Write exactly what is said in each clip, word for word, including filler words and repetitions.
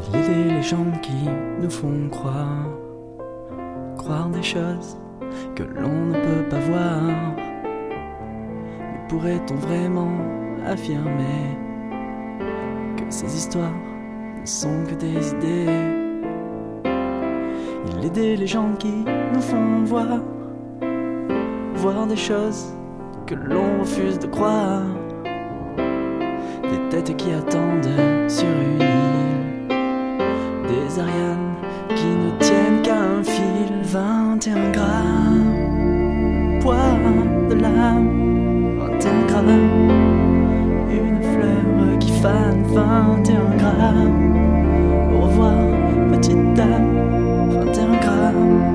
Il est des légendes qui nous font croire, croire des choses que l'on ne peut pas voir. Mais pourrait-on vraiment affirmer que ces histoires ne sont que des idées? Il est des légendes qui nous font voir, voir des choses que l'on refuse de croire. Des têtes qui attendent sur une île, des Arianes qui ne tiennent qu'à un fil. Vingt et un grammes, poids de l'âme. Vingt et un grammes, une fleur qui fane. Vingt et un grammes, au revoir petite dame. Vingt et un grammes,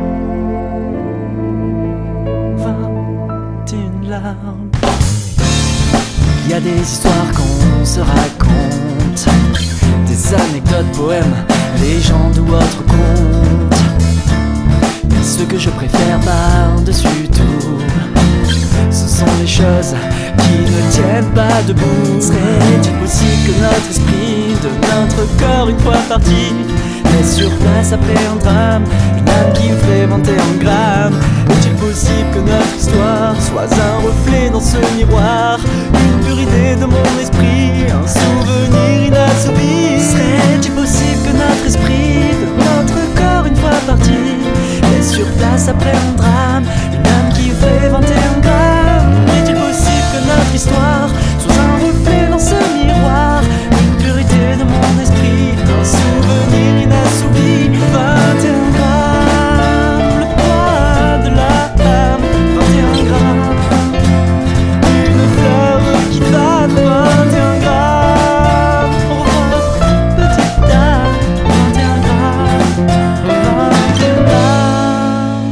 vingt et une larmes. Il y a des histoires qu'on se raconte, des anecdotes, poèmes, légendes ou autres contes. Mais ce que je préfère par-dessus tout, ce sont les choses qui ne tiennent pas debout. Serait-il possible que notre esprit de notre corps, une fois parti, laisse sur place après un drame une âme qui ferait vanter en grammes? Est-il possible que notre histoire soit un reflet dans ce miroir, une pure idée de mon esprit, un souvenir inassouvi? Serait-il possible que notre esprit de notre corps, une fois parti, laisse sur place après un drame une âme qui ferait vanter en grammes? Est-il possible que notre histoire soit un reflet dans ce miroir, une pure idée de mon esprit, un souvenir inassouvi? Vingt et un grammes, le poids de l'âme. Vingt et un grammes, une fleur qui fane. Vingt et un grammes, au revoir petite dame. Vingt et un grammes, vingt et une larmes.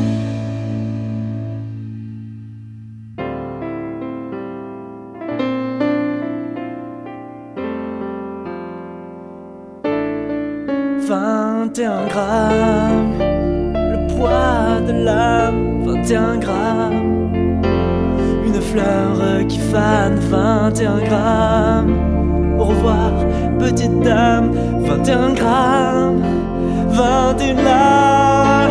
Vingt et un grammes, le poids de l'âme. Vingt et un grammes, une fleur qui fane. Vingt et un grammes, au revoir petite dame. Vingt et un grammes, vingt et une larmes.